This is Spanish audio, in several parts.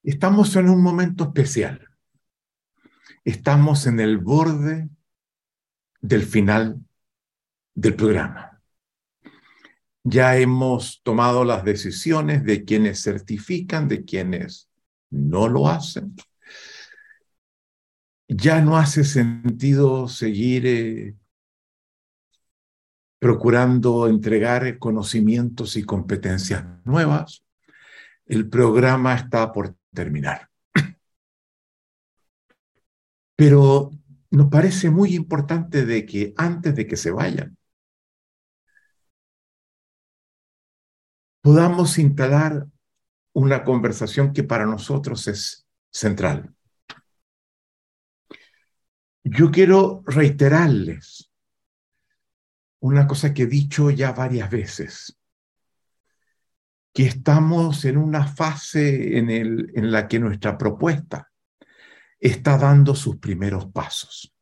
Estamos en un momento especial. Estamos en el borde del final del programa. Ya hemos tomado las decisiones de quienes certifican, de quienes no lo hacen. Ya no hace sentido seguir procurando entregar conocimientos y competencias nuevas. El programa está por terminar. Pero nos parece muy importante de que antes de que se vayan, podamos instalar una conversación que para nosotros es central. Yo quiero reiterarles una cosa que he dicho ya varias veces, que estamos en una fase en la que nuestra propuesta está dando sus primeros pasos.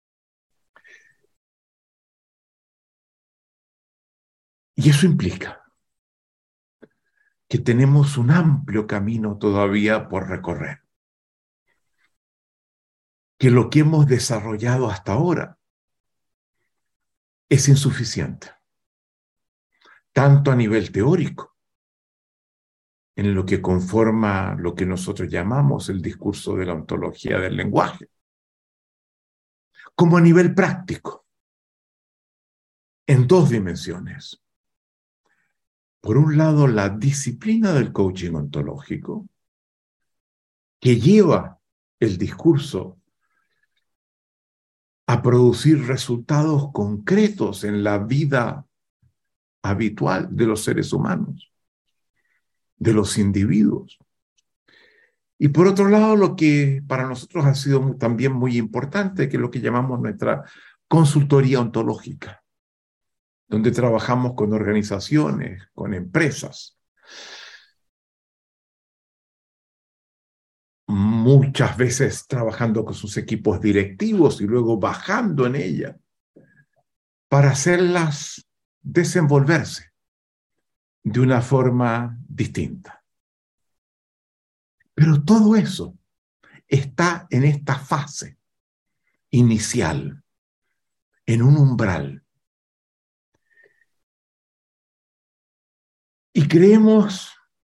Y eso implica que tenemos un amplio camino todavía por recorrer, que lo que hemos desarrollado hasta ahora es insuficiente, tanto a nivel teórico, en lo que conforma lo que nosotros llamamos el discurso de la ontología del lenguaje, como a nivel práctico, en dos dimensiones. Por un lado, la disciplina del coaching ontológico, que lleva el discurso a producir resultados concretos en la vida habitual de los seres humanos, de los individuos. Y por otro lado, lo que para nosotros ha sido también muy importante, que es lo que llamamos nuestra consultoría ontológica, donde trabajamos con organizaciones, con empresas, muchas veces trabajando con sus equipos directivos y luego bajando en ella para hacerlas desenvolverse de una forma distinta. Pero todo eso está en esta fase inicial, en un umbral. Y creemos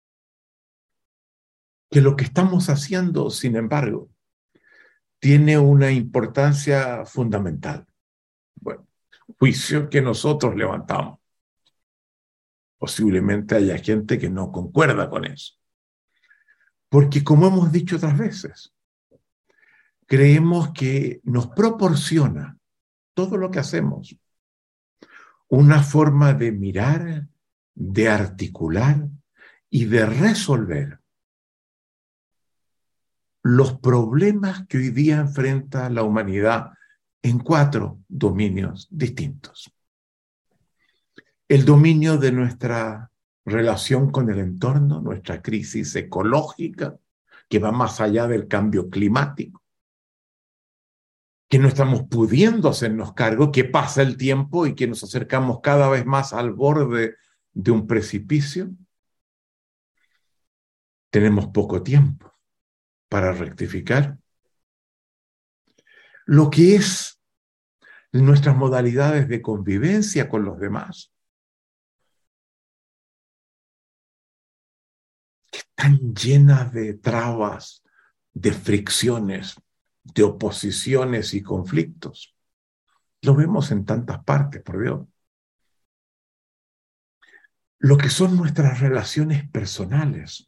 que lo que estamos haciendo, sin embargo, tiene una importancia fundamental. Bueno, juicio que nosotros levantamos. Posiblemente haya gente que no concuerda con eso. Porque como hemos dicho otras veces, creemos que nos proporciona todo lo que hacemos una forma de mirar, de articular y de resolver los problemas que hoy día enfrenta la humanidad en 4 dominios distintos. El dominio de nuestra relación con el entorno, nuestra crisis ecológica, que va más allá del cambio climático, que no estamos pudiendo hacernos cargo, que pasa el tiempo y que nos acercamos cada vez más al borde de un precipicio. Tenemos poco tiempo para rectificar. Lo que es nuestras modalidades de convivencia con los demás, que están llenas de trabas, de fricciones, de oposiciones y conflictos. Lo vemos en tantas partes, por Dios. Lo que son nuestras relaciones personales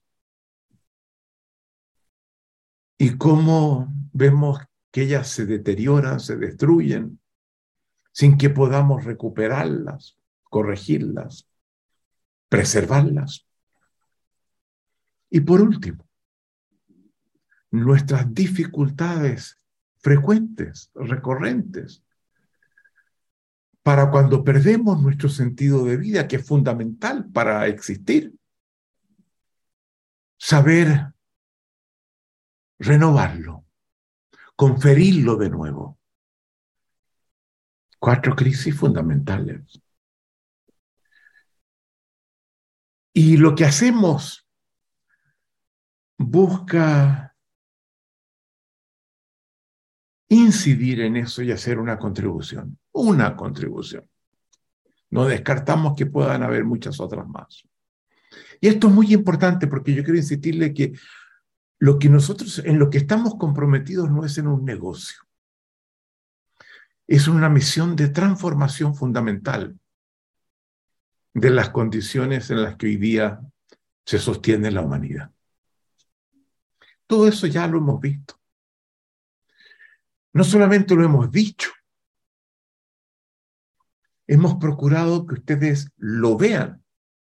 y cómo vemos que ellas se deterioran, se destruyen, sin que podamos recuperarlas, corregirlas, preservarlas. Y por último, nuestras dificultades frecuentes, recurrentes, para cuando perdemos nuestro sentido de vida, que es fundamental para existir. Saber renovarlo, conferirlo de nuevo. 4 crisis fundamentales. Y lo que hacemos busca incidir en eso y hacer una contribución. Una contribución. No descartamos que puedan haber muchas otras más. Y esto es muy importante porque yo quiero insistirle que lo que nosotros, en lo que estamos comprometidos no es en un negocio. Es una misión de transformación fundamental de las condiciones en las que hoy día se sostiene la humanidad. Todo eso ya lo hemos visto. No solamente lo hemos dicho, hemos procurado que ustedes lo vean.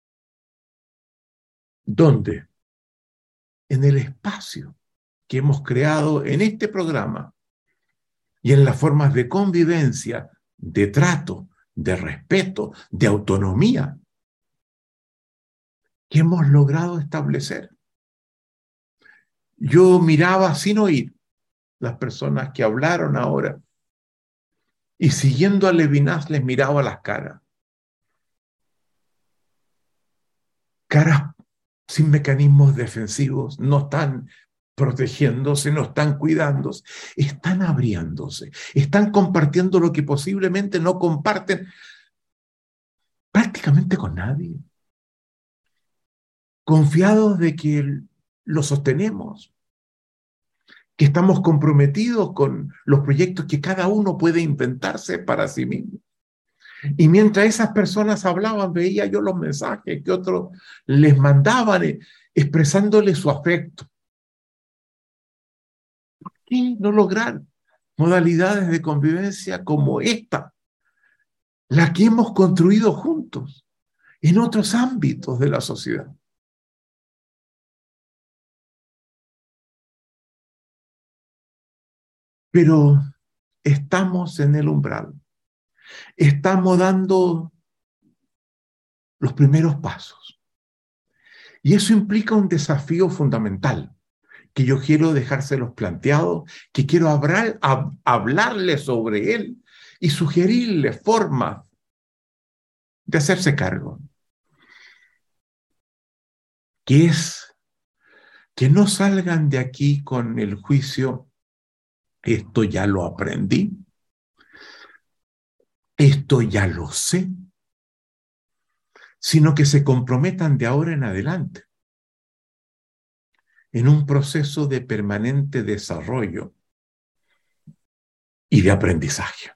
¿Dónde? En el espacio que hemos creado en este programa y en las formas de convivencia, de trato, de respeto, de autonomía que hemos logrado establecer. Yo miraba sin oír las personas que hablaron ahora y siguiendo a Levinas les miraba las caras. Caras sin mecanismos defensivos, no están protegiéndose, no están cuidándose, están abriéndose, están compartiendo lo que posiblemente no comparten prácticamente con nadie. Confiados de que lo sostenemos, que estamos comprometidos con los proyectos que cada uno puede inventarse para sí mismo. Y mientras esas personas hablaban, veía yo los mensajes que otros les mandaban expresándoles su afecto. ¿Por qué no lograr modalidades de convivencia como esta, la que hemos construido juntos en otros ámbitos de la sociedad? Pero estamos en el umbral. Estamos dando los primeros pasos. Y eso implica un desafío fundamental que yo quiero dejárselos planteados, que quiero hablarles sobre él y sugerirles formas de hacerse cargo. Que es que no salgan de aquí con el juicio, esto ya lo aprendí, esto ya lo sé, sino que se comprometan de ahora en adelante en un proceso de permanente desarrollo y de aprendizaje.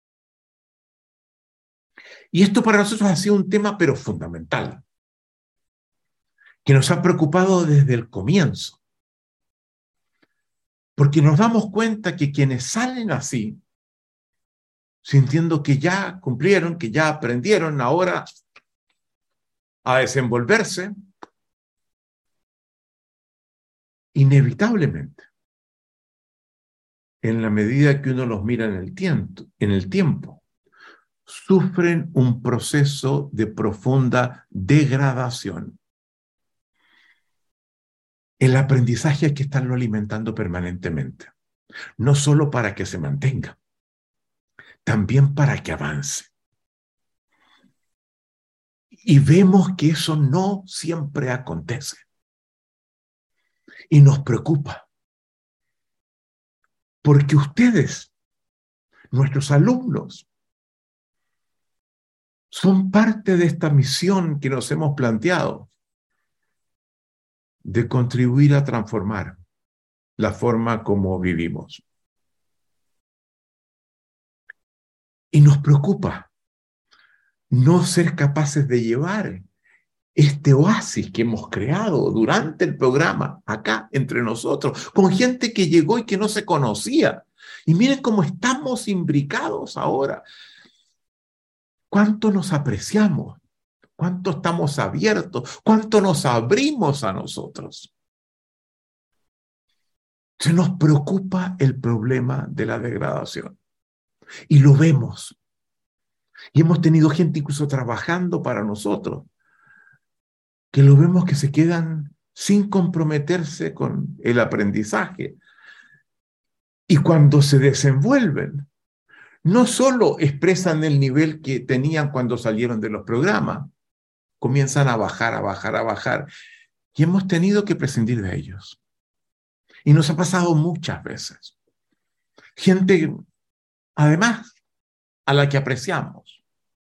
Y esto para nosotros ha sido un tema, pero fundamental, que nos ha preocupado desde el comienzo, porque nos damos cuenta que quienes salen así, sintiendo que ya cumplieron, que ya aprendieron ahora a desenvolverse, inevitablemente, en la medida que uno los mira en el tiempo, sufren un proceso de profunda degradación. El aprendizaje hay que estarlo alimentando permanentemente, no solo para que se mantenga, también para que avance. Y vemos que eso no siempre acontece. Y nos preocupa. Porque ustedes, nuestros alumnos, son parte de esta misión que nos hemos planteado de contribuir a transformar la forma como vivimos. Y nos preocupa no ser capaces de llevar este oasis que hemos creado durante el programa, acá entre nosotros, con gente que llegó y que no se conocía. Y miren cómo estamos imbricados ahora. Cuánto nos apreciamos, cuánto estamos abiertos, cuánto nos abrimos a nosotros. Se nos preocupa el problema de la degradación. Y lo vemos. Y hemos tenido gente incluso trabajando para nosotros, que lo vemos que se quedan sin comprometerse con el aprendizaje. Y cuando se desenvuelven, no solo expresan el nivel que tenían cuando salieron de los programas, comienzan a bajar, a bajar, a bajar. Y hemos tenido que prescindir de ellos. Y nos ha pasado muchas veces. Gente, además, a la que apreciamos.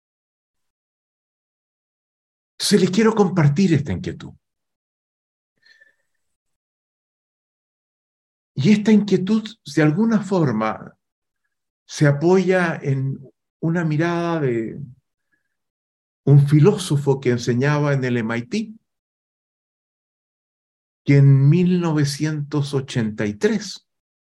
Entonces les quiero compartir esta inquietud. Y esta inquietud, de alguna forma, se apoya en una mirada de un filósofo que enseñaba en el MIT, que en 1983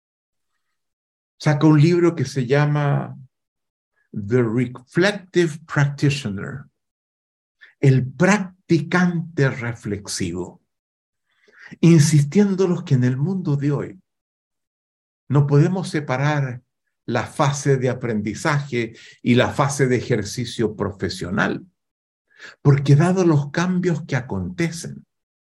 saca un libro que se llama The Reflective Practitioner, el practicante reflexivo, insistiéndolos que en el mundo de hoy no podemos separar la fase de aprendizaje y la fase de ejercicio profesional, porque dado los cambios que acontecen,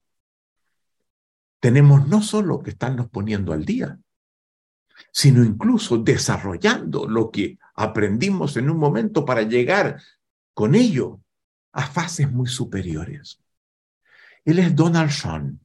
tenemos no solo que estarnos poniendo al día, sino incluso desarrollando lo que aprendimos en un momento para llegar con ello a fases muy superiores. Él es Donald Schoen,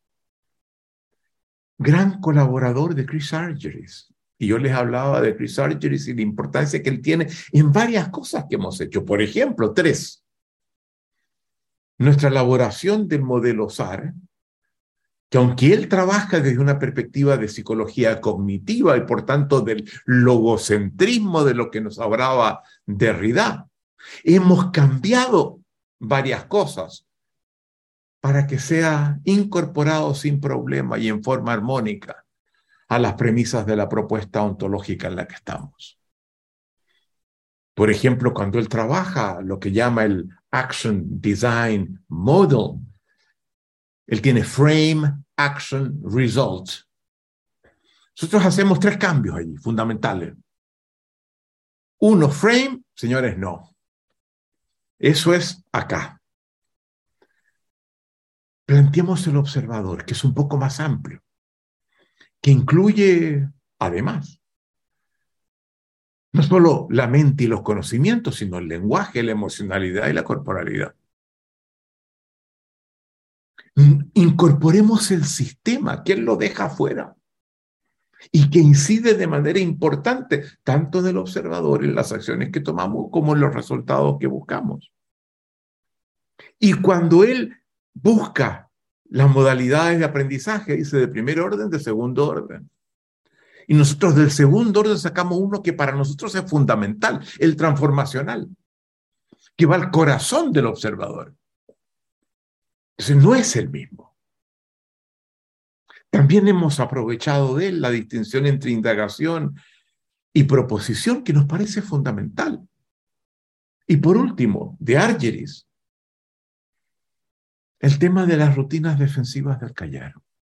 gran colaborador de Chris Argyris. Y yo les hablaba de Chris Argyris y la importancia que él tiene en varias cosas que hemos hecho. Por ejemplo, 3. Nuestra elaboración del modelo SAR, que aunque él trabaja desde una perspectiva de psicología cognitiva y por tanto del logocentrismo de lo que nos hablaba Derrida, hemos cambiado varias cosas para que sea incorporado sin problema y en forma armónica a las premisas de la propuesta ontológica en la que estamos. Por ejemplo, cuando él trabaja lo que llama el Action Design Model, él tiene Frame, Action, Result. Nosotros hacemos 3 cambios allí, fundamentales. 1, Frame, señores, no. Eso es acá. Planteemos el observador, que es un poco más amplio, que incluye, además, no solo la mente y los conocimientos, sino el lenguaje, la emocionalidad y la corporalidad. Incorporemos el sistema, que él lo deja afuera y que incide de manera importante tanto en el observador, en las acciones que tomamos, como en los resultados que buscamos. Y cuando él busca las modalidades de aprendizaje, dice de primer orden, de segundo orden. Y nosotros del segundo orden sacamos uno que para nosotros es fundamental, el transformacional, que va al corazón del observador. Entonces no es el mismo. También hemos aprovechado de él la distinción entre indagación y proposición, que nos parece fundamental. Y por último, de Argyris, el tema de las rutinas defensivas del callar.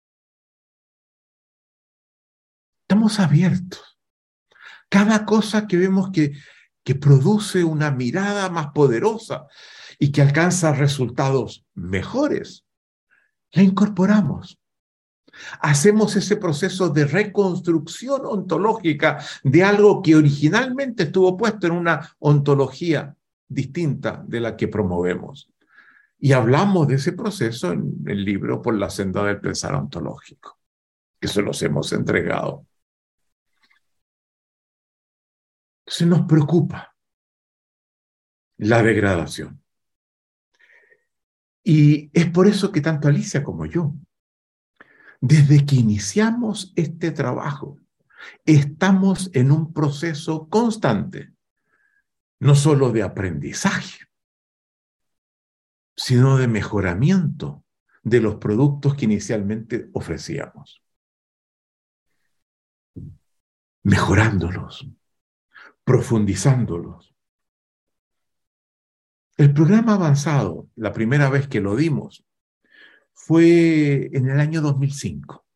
Estamos abiertos. Cada cosa que vemos que produce una mirada más poderosa y que alcanza resultados mejores, la incorporamos. Hacemos ese proceso de reconstrucción ontológica de algo que originalmente estuvo puesto en una ontología distinta de la que promovemos. Y hablamos de ese proceso en el libro Por la senda del pensar ontológico, que se los hemos entregado. Se nos preocupa la degradación. Y es por eso que tanto Alicia como yo, desde que iniciamos este trabajo, estamos en un proceso constante, no solo de aprendizaje, sino de mejoramiento de los productos que inicialmente ofrecíamos. Mejorándolos, profundizándolos. El programa avanzado, la primera vez que lo dimos, fue en el año 2005,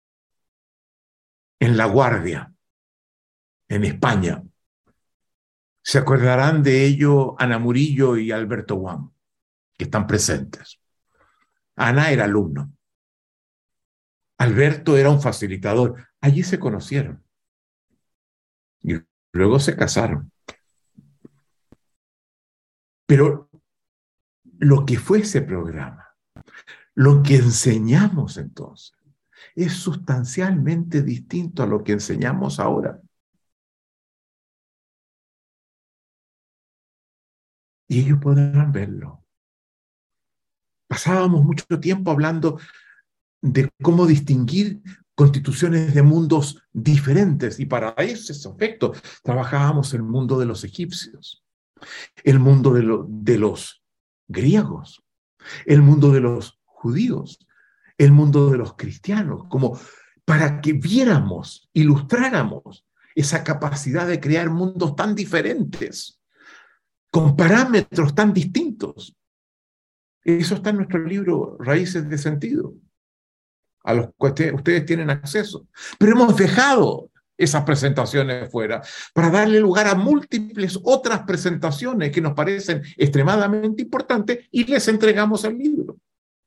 en La Guardia, en España. Se acordarán de ello Ana Murillo y Alberto Guam, que están presentes. Ana era alumno. Alberto era un facilitador. Allí se conocieron. Y luego se casaron. Pero lo que fue ese programa, lo que enseñamos entonces, es sustancialmente distinto a lo que enseñamos ahora. Y ellos podrán verlo. Pasábamos mucho tiempo hablando de cómo distinguir constituciones de mundos diferentes, y para ese efecto trabajábamos el mundo de los egipcios, el mundo de los griegos, el mundo de los judíos, el mundo de los cristianos, como para que viéramos, ilustráramos esa capacidad de crear mundos tan diferentes, con parámetros tan distintos. Eso está en nuestro libro Raíces de Sentido, a los que ustedes tienen acceso. Pero hemos dejado esas presentaciones fuera para darle lugar a múltiples otras presentaciones que nos parecen extremadamente importantes y les entregamos el libro.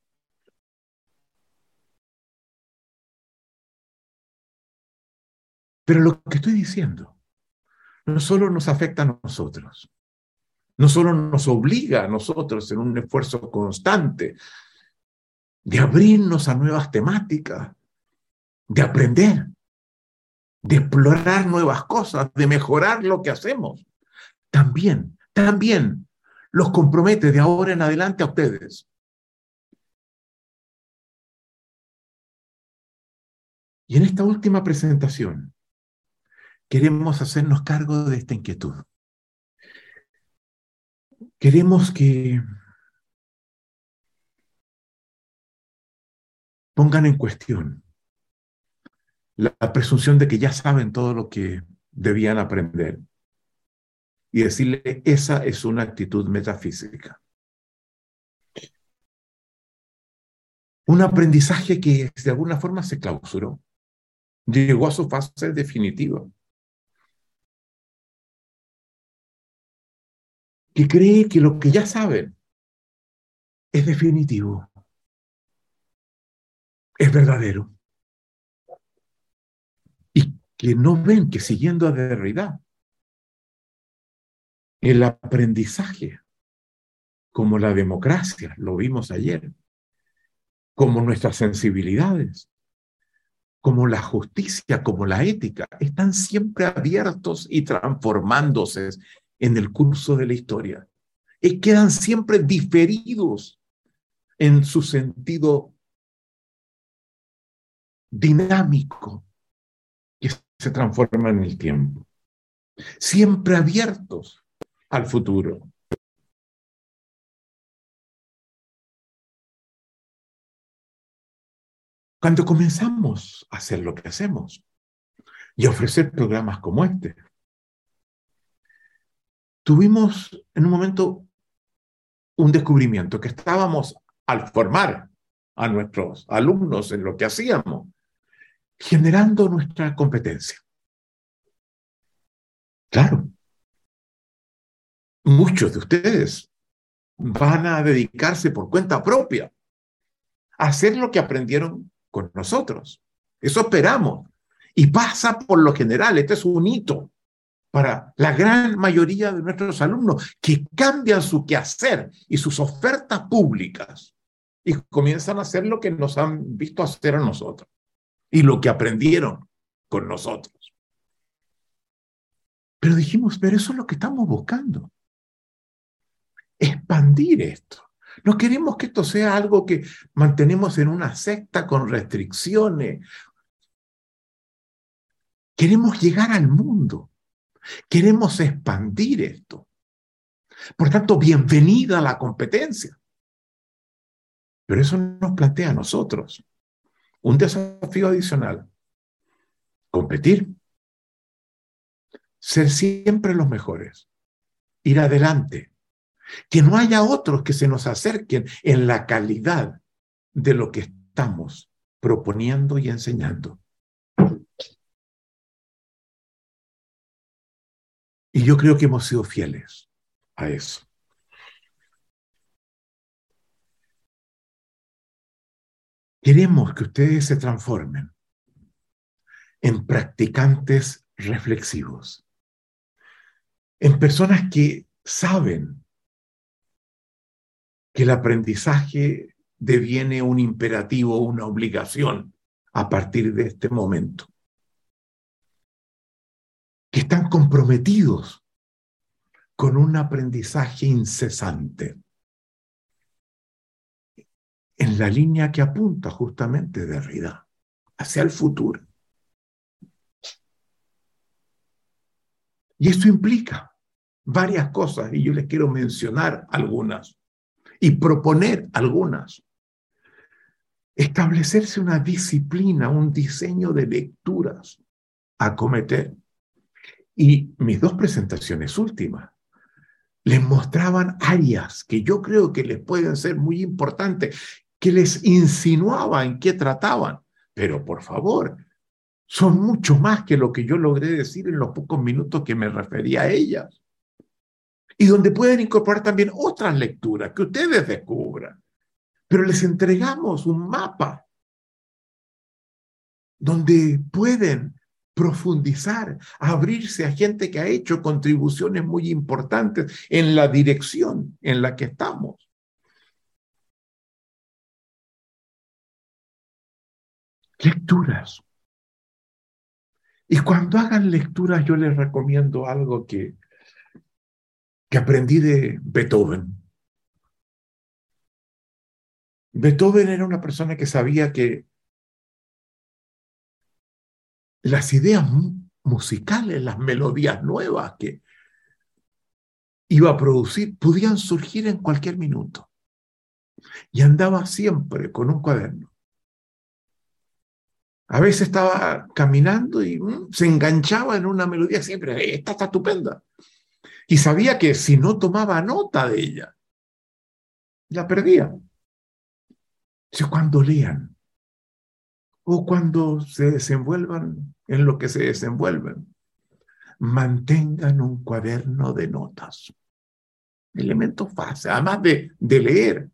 Pero lo que estoy diciendo no solo nos afecta a nosotros, no solo nos obliga a nosotros en un esfuerzo constante de abrirnos a nuevas temáticas, de aprender, de explorar nuevas cosas, de mejorar lo que hacemos. También los compromete de ahora en adelante a ustedes. Y en esta última presentación queremos hacernos cargo de esta inquietud. Queremos que pongan en cuestión la presunción de que ya saben todo lo que debían aprender y decirle, esa es una actitud metafísica. Un aprendizaje que de alguna forma se clausuró, llegó a su fase definitiva, que cree que lo que ya saben es definitivo, es verdadero, y que no ven que siguiendo a Derrida, el aprendizaje, como la democracia, lo vimos ayer, como nuestras sensibilidades, como la justicia, como la ética, están siempre abiertos y transformándose en el curso de la historia. Y quedan siempre diferidos en su sentido dinámico, que se transforma en el tiempo. Siempre abiertos al futuro. Cuando comenzamos a hacer lo que hacemos y a ofrecer programas como este, tuvimos en un momento un descubrimiento, que estábamos al formar a nuestros alumnos en lo que hacíamos, generando nuestra competencia. Claro, muchos de ustedes van a dedicarse por cuenta propia a hacer lo que aprendieron con nosotros. Eso esperamos. Y pasa por lo general, este es un hito para la gran mayoría de nuestros alumnos, que cambian su quehacer y sus ofertas públicas y comienzan a hacer lo que nos han visto hacer a nosotros y lo que aprendieron con nosotros. Pero dijimos, pero eso es lo que estamos buscando. Expandir esto. No queremos que esto sea algo que mantenemos en una secta con restricciones. Queremos llegar al mundo. Queremos expandir esto. Por tanto, bienvenida a la competencia. Pero eso nos plantea a nosotros un desafío adicional. Competir. Ser siempre los mejores. Ir adelante. Que no haya otros que se nos acerquen en la calidad de lo que estamos proponiendo y enseñando. Y yo creo que hemos sido fieles a eso. Queremos que ustedes se transformen en practicantes reflexivos, en personas que saben que el aprendizaje deviene un imperativo, una obligación a partir de este momento, que están comprometidos con un aprendizaje incesante en la línea que apunta justamente Derrida, hacia el futuro. Y esto implica varias cosas, y yo les quiero mencionar algunas y proponer algunas. Establecerse una disciplina, un diseño de lecturas a acometer. Y mis dos presentaciones últimas les mostraban áreas que yo creo que les pueden ser muy importantes, que les insinuaban qué trataban. Pero por favor, son mucho más que lo que yo logré decir en los pocos minutos que me refería a ellas. Y donde pueden incorporar también otras lecturas que ustedes descubran. Pero les entregamos un mapa donde pueden profundizar, abrirse a gente que ha hecho contribuciones muy importantes en la dirección en la que estamos. Lecturas. Y cuando hagan lecturas, yo les recomiendo algo que aprendí de Beethoven. Beethoven era una persona que sabía que las ideas musicales, las melodías nuevas que iba a producir, podían surgir en cualquier minuto. Y andaba siempre con un cuaderno. A veces estaba caminando y se enganchaba en una melodía siempre, esta está estupenda. Y sabía que si no tomaba nota de ella, la perdía. Entonces, cuando lean o cuando se desenvuelvan en lo que se desenvuelven, mantengan un cuaderno de notas. Elemento fácil, además de leer.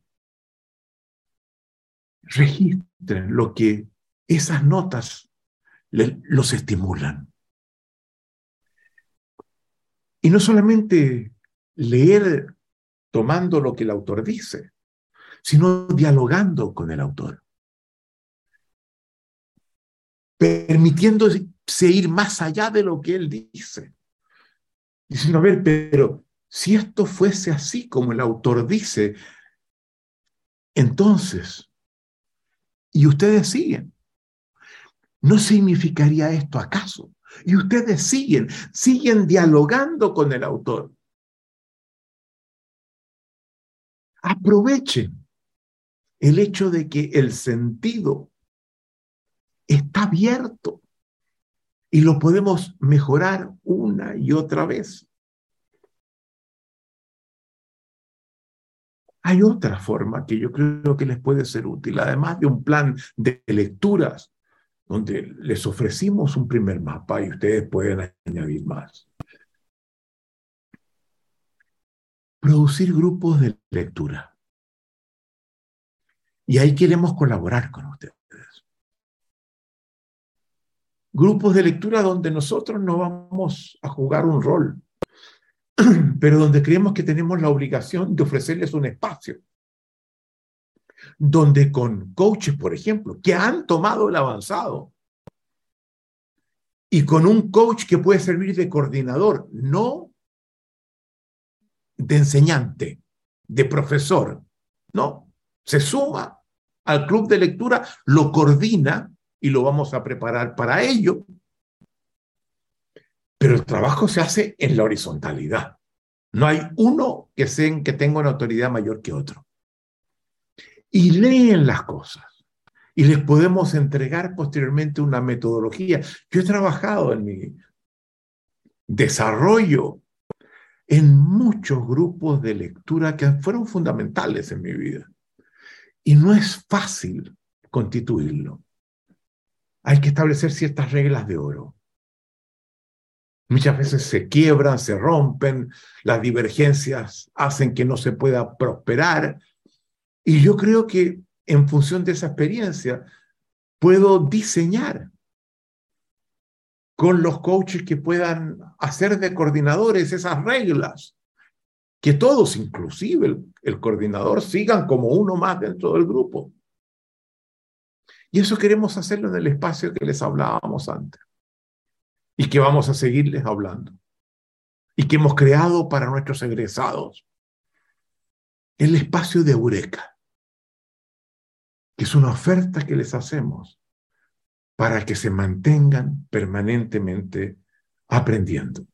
Registren lo que esas notas los estimulan. Y no solamente leer tomando lo que el autor dice, sino dialogando con el autor. Permitiéndose ir más allá de lo que él dice. Diciendo, a ver, pero si esto fuese así como el autor dice, entonces, y ustedes siguen, ¿no significaría esto acaso? Y ustedes siguen dialogando con el autor. Aprovechen el hecho de que el sentido está abierto y lo podemos mejorar una y otra vez. Hay otra forma que yo creo que les puede ser útil, además de un plan de lecturas, donde les ofrecimos un primer mapa y ustedes pueden añadir más. Producir grupos de lectura. Y ahí queremos colaborar con ustedes. Grupos de lectura donde nosotros no vamos a jugar un rol, pero donde creemos que tenemos la obligación de ofrecerles un espacio. Donde con coaches, por ejemplo, que han tomado el avanzado, y con un coach que puede servir de coordinador, no de enseñante, de profesor, no, se suma al club de lectura, lo coordina y lo vamos a preparar para ello, pero el trabajo se hace en la horizontalidad. No hay uno que tenga una autoridad mayor que otro. Y leen las cosas. Y les podemos entregar posteriormente una metodología. Yo he trabajado en mi desarrollo en muchos grupos de lectura que fueron fundamentales en mi vida. Y no es fácil constituirlo. Hay que establecer ciertas reglas de oro. Muchas veces se quiebran, se rompen, las divergencias hacen que no se pueda prosperar. Y yo creo que en función de esa experiencia puedo diseñar con los coaches que puedan hacer de coordinadores esas reglas, que todos, inclusive el coordinador, sigan como uno más dentro del grupo. Y eso queremos hacerlo en el espacio que les hablábamos antes y que vamos a seguirles hablando y que hemos creado para nuestros egresados. El espacio de Eureka, que es una oferta que les hacemos para que se mantengan permanentemente aprendiendo.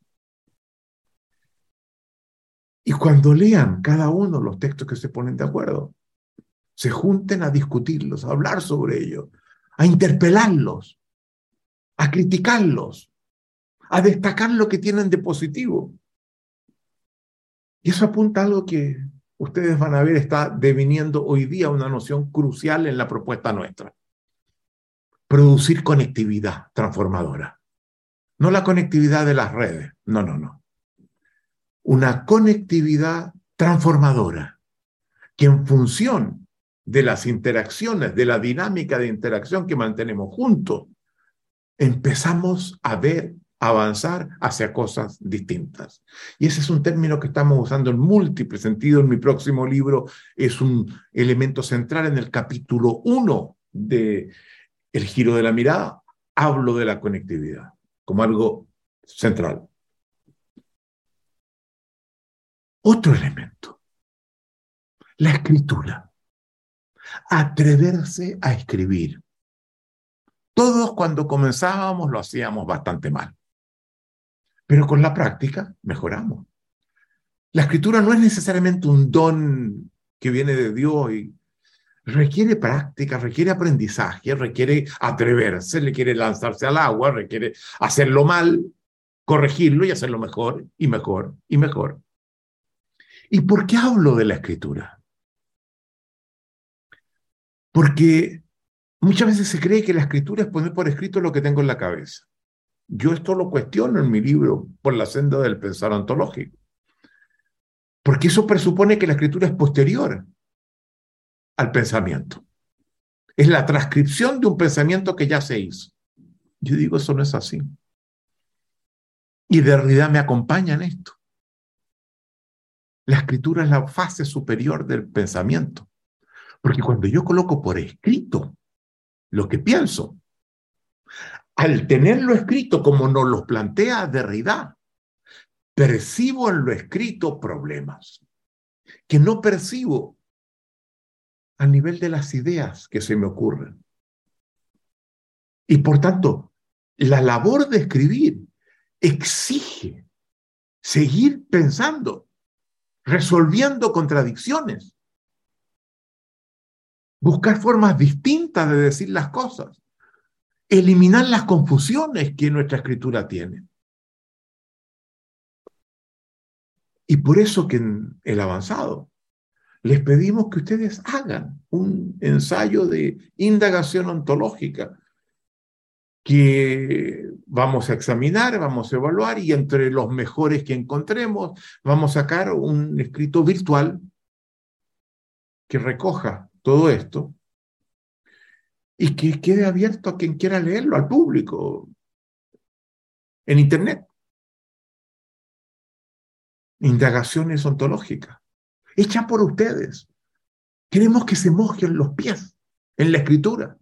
Y cuando lean cada uno los textos que se ponen de acuerdo, se junten a discutirlos, a hablar sobre ellos, a interpelarlos, a criticarlos, a destacar lo que tienen de positivo. Y eso apunta a algo que ustedes van a ver está deviniendo hoy día una noción crucial en la propuesta nuestra. Producir conectividad transformadora. No la conectividad de las redes, no. Una conectividad transformadora que en función de las interacciones, de la dinámica de interacción que mantenemos juntos, empezamos a ver avanzar hacia cosas distintas. Y ese es un término que estamos usando en múltiples sentidos. En mi próximo libro es un elemento central en el capítulo 1 de El giro de la mirada. Hablo de la conectividad como algo central. Otro elemento, la escritura. Atreverse a escribir. Todos cuando comenzábamos lo hacíamos bastante mal, pero con la práctica mejoramos. La escritura no es necesariamente un don que viene de Dios y requiere práctica, requiere aprendizaje, requiere atreverse, requiere lanzarse al agua, requiere hacerlo mal, corregirlo y hacerlo mejor y mejor y mejor. ¿Y por qué hablo de la escritura? Porque muchas veces se cree que la escritura es poner por escrito lo que tengo en la cabeza. Yo esto lo cuestiono en mi libro Por la senda del pensar ontológico. Porque eso presupone que la escritura es posterior al pensamiento. Es la transcripción de un pensamiento que ya se hizo. Yo digo, eso no es así. Y Derrida me acompaña en esto. La escritura es la fase superior del pensamiento. Porque cuando yo coloco por escrito lo que pienso, al tenerlo escrito como nos lo plantea Derrida, percibo en lo escrito problemas que no percibo a nivel de las ideas que se me ocurren. Y por tanto, la labor de escribir exige seguir pensando, resolviendo contradicciones, buscar formas distintas de decir las cosas, eliminar las confusiones que nuestra escritura tiene. Y por eso que en el avanzado les pedimos que ustedes hagan un ensayo de indagación ontológica que vamos a examinar, vamos a evaluar y entre los mejores que encontremos vamos a sacar un escrito virtual que recoja todo esto y que quede abierto a quien quiera leerlo, al público, en Internet. Indagaciones ontológicas, hecha por ustedes. Queremos que se mojen los pies en la escritura.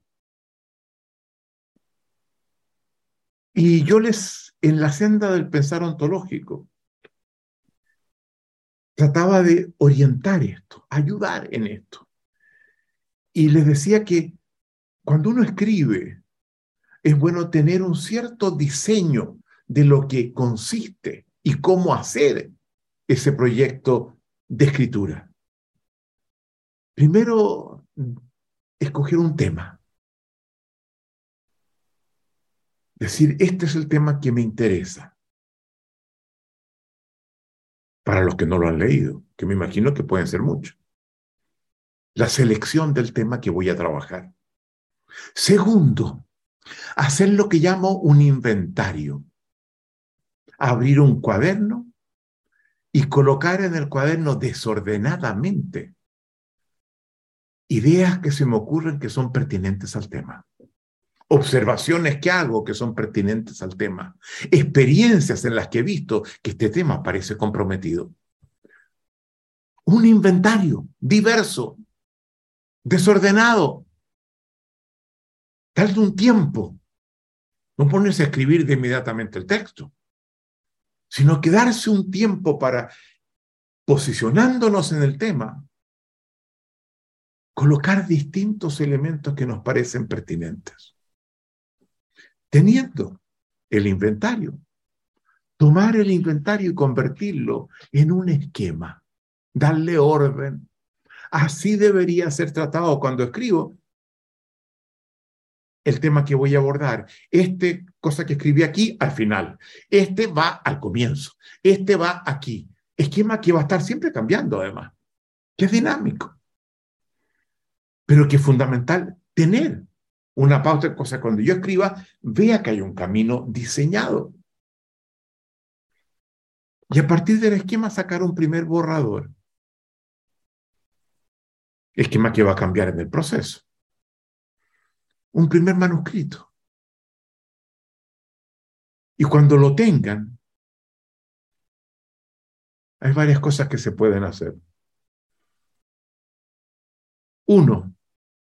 Y yo en la senda del pensar ontológico, trataba de orientar esto, ayudar en esto. Y les decía que cuando uno escribe, es bueno tener un cierto diseño de lo que consiste y cómo hacer ese proyecto de escritura. Primero, escoger un tema. Decir, este es el tema que me interesa. Para los que no lo han leído, que me imagino que pueden ser muchos. La selección del tema que voy a trabajar. Segundo, hacer lo que llamo un inventario. Abrir un cuaderno y colocar en el cuaderno desordenadamente ideas que se me ocurren que son pertinentes al tema. Observaciones que hago que son pertinentes al tema. Experiencias en las que he visto que este tema parece comprometido. Un inventario diverso, desordenado, darle un tiempo, no ponerse a escribir de inmediatamente el texto, sino que darse un tiempo para, posicionándonos en el tema, colocar distintos elementos que nos parecen pertinentes. Teniendo el inventario, tomar el inventario y convertirlo en un esquema, darle orden. Así debería ser tratado cuando escribo el tema que voy a abordar. Cosa que escribí aquí, al final. Este va al comienzo. Este va aquí. Esquema que va a estar siempre cambiando, además. Que es dinámico. Pero que es fundamental tener una pauta, cosa cuando yo escriba, vea que hay un camino diseñado. Y a partir del esquema sacar un primer borrador. Esquema que va a cambiar en el proceso. Un primer manuscrito. Y cuando lo tengan, hay varias cosas que se pueden hacer. Uno,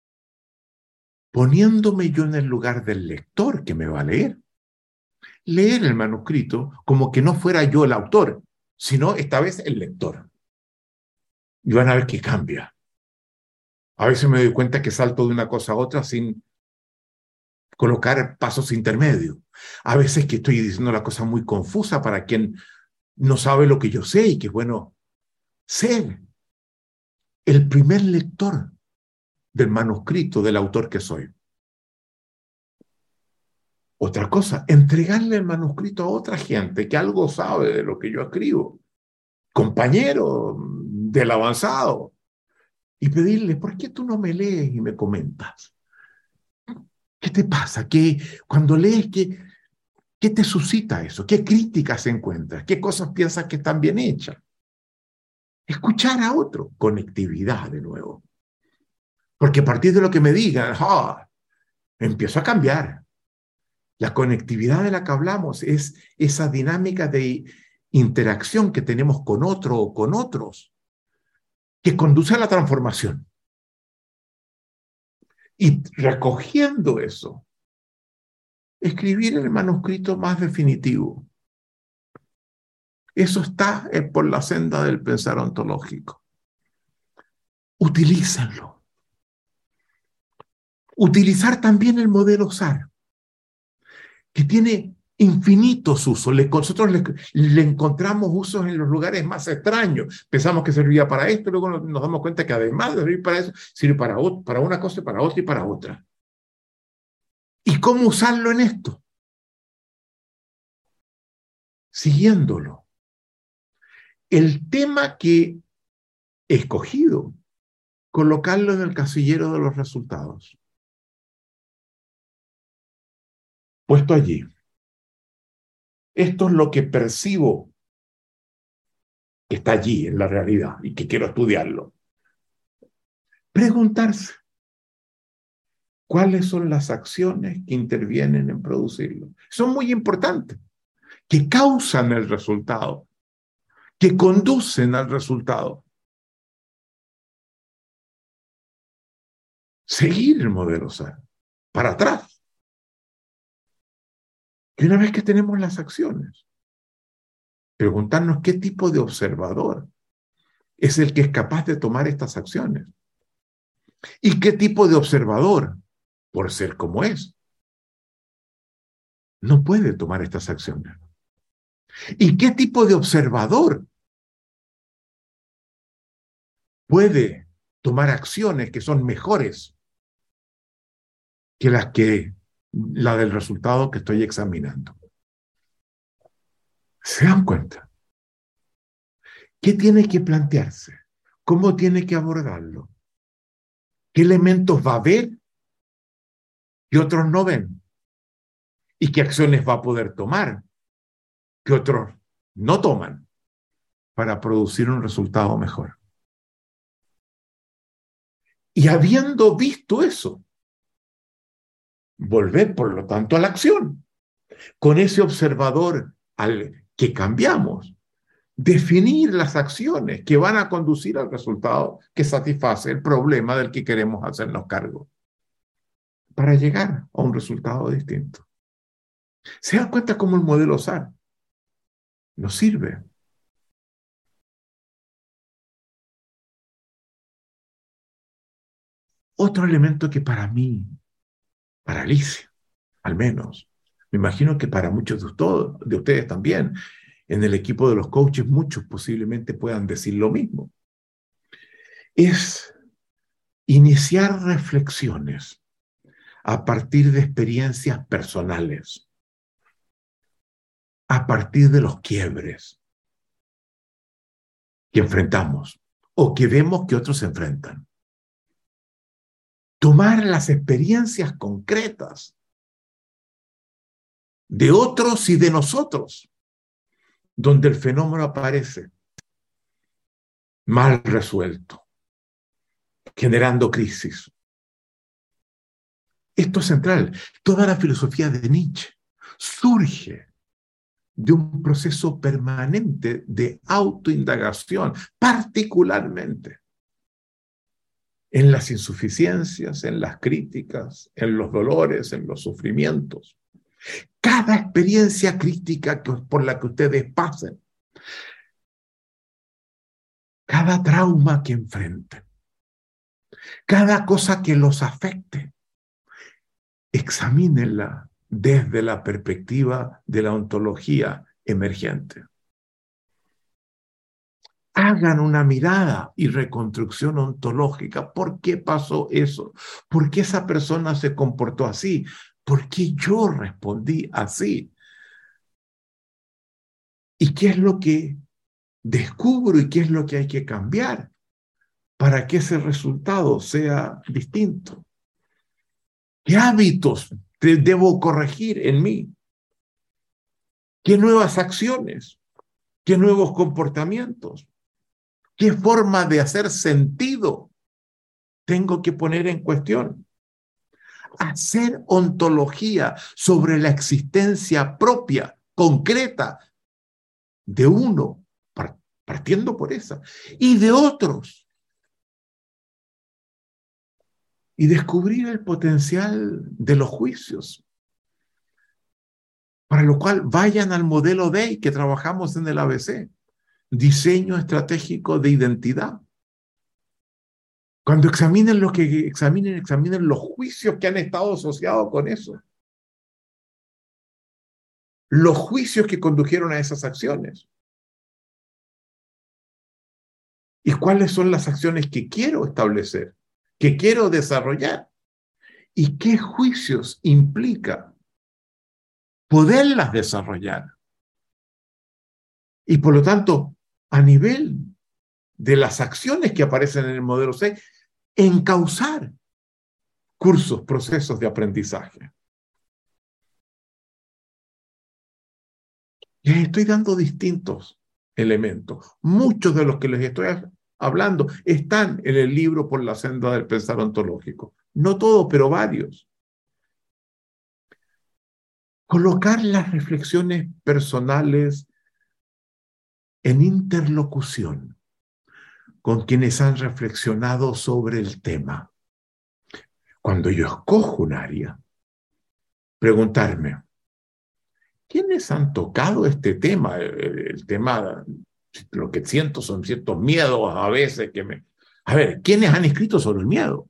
poniéndome yo en el lugar del lector que me va a leer. Leer el manuscrito como que no fuera yo el autor, sino esta vez el lector. Y van a ver que cambia. A veces me doy cuenta que salto de una cosa a otra sin colocar pasos intermedios. A veces que estoy diciendo la cosa muy confusa para quien no sabe lo que yo sé y que es bueno ser el primer lector del manuscrito del autor que soy. Otra cosa, entregarle el manuscrito a otra gente que algo sabe de lo que yo escribo, compañero del avanzado, y pedirle, ¿por qué tú no me lees y me comentas? ¿Qué te pasa? Cuando lees, ¿qué te suscita eso? ¿Qué críticas encuentras? ¿Qué cosas piensas que están bien hechas? Escuchar a otro, conectividad de nuevo. Porque a partir de lo que me digan, empiezo a cambiar. La conectividad de la que hablamos es esa dinámica de interacción que tenemos con otro o con otros, que conduce a la transformación. Y recogiendo eso, escribir el manuscrito más definitivo. Eso está por la senda del pensar ontológico. Utilícenlo. Utilizar también el modelo SAR, que tiene infinitos usos. Nosotros le encontramos usos en los lugares más extraños. Pensamos que servía para esto, luego nos damos cuenta que además de servir para eso, sirve para una cosa, para otra y para otra. ¿Y cómo usarlo en esto? Siguiéndolo. El tema que he escogido, colocarlo en el casillero de los resultados. Puesto allí. Esto es lo que percibo que está allí en la realidad y que quiero estudiarlo. Preguntarse, ¿cuáles son las acciones que intervienen en producirlo? Son muy importantes, que causan el resultado, que conducen al resultado. Seguir el modelo SAR, para atrás. Y una vez que tenemos las acciones, preguntarnos qué tipo de observador es el que es capaz de tomar estas acciones. Y qué tipo de observador, por ser como es, no puede tomar estas acciones. ¿Y qué tipo de observador puede tomar acciones que son mejores que la del resultado que estoy examinando? ¿Se dan cuenta? ¿Qué tiene que plantearse? ¿Cómo tiene que abordarlo? ¿Qué elementos va a ver que otros no ven? ¿Y qué acciones va a poder tomar que otros no toman para producir un resultado mejor? Y habiendo visto eso, volver, por lo tanto, a la acción. Con ese observador al que cambiamos, definir las acciones que van a conducir al resultado que satisface el problema del que queremos hacernos cargo. para llegar a un resultado distinto. ¿Se dan cuenta cómo el modelo SAR nos sirve? Otro elemento que para mí paraliza, al menos, me imagino que para muchos de ustedes también, en el equipo de los coaches, muchos posiblemente puedan decir lo mismo, es iniciar reflexiones a partir de experiencias personales, a partir de los quiebres que enfrentamos o que vemos que otros enfrentan. Tomar las experiencias concretas de otros y de nosotros, donde el fenómeno aparece mal resuelto, generando crisis. Esto es central. Toda la filosofía de Nietzsche surge de un proceso permanente de autoindagación, particularmente en las insuficiencias, en las críticas, en los dolores, en los sufrimientos. Cada experiencia crítica por la que ustedes pasen, cada trauma que enfrenten, cada cosa que los afecte, examínenla desde la perspectiva de la ontología emergente. Hagan una mirada y reconstrucción ontológica. ¿Por qué pasó eso? ¿Por qué esa persona se comportó así? ¿Por qué yo respondí así? ¿Y qué es lo que descubro y qué es lo que hay que cambiar para que ese resultado sea distinto? ¿Qué hábitos debo corregir en mí? ¿Qué nuevas acciones? ¿Qué nuevos comportamientos? ¿Qué forma de hacer sentido tengo que poner en cuestión? Hacer ontología sobre la existencia propia, concreta, de uno, partiendo por esa, y de otros. Y descubrir el potencial de los juicios. Para lo cual vayan al modelo DEI que trabajamos en el ABC. Diseño estratégico de identidad. Cuando examinen lo que examinen los juicios que han estado asociados con eso. Los juicios que condujeron a esas acciones. ¿Y cuáles son las acciones que quiero establecer? Que quiero desarrollar. ¿Y qué juicios implica poderlas desarrollar? Y por lo tanto, a nivel de las acciones que aparecen en el modelo C, encauzar cursos, procesos de aprendizaje. Les estoy dando distintos elementos. Muchos de los que les estoy hablando están en el libro Por la senda del pensar ontológico. No todos, pero varios. Colocar las reflexiones personales en interlocución con quienes han reflexionado sobre el tema. Cuando yo escojo un área, preguntarme, ¿quiénes han tocado este tema? El tema, lo que siento son ciertos miedos a veces que me... A ver, ¿quiénes han escrito sobre el miedo?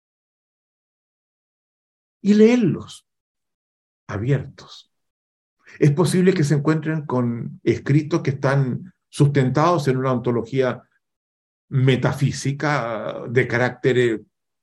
Y leerlos abiertos. Es posible que se encuentren con escritos que están sustentados en una ontología metafísica de carácter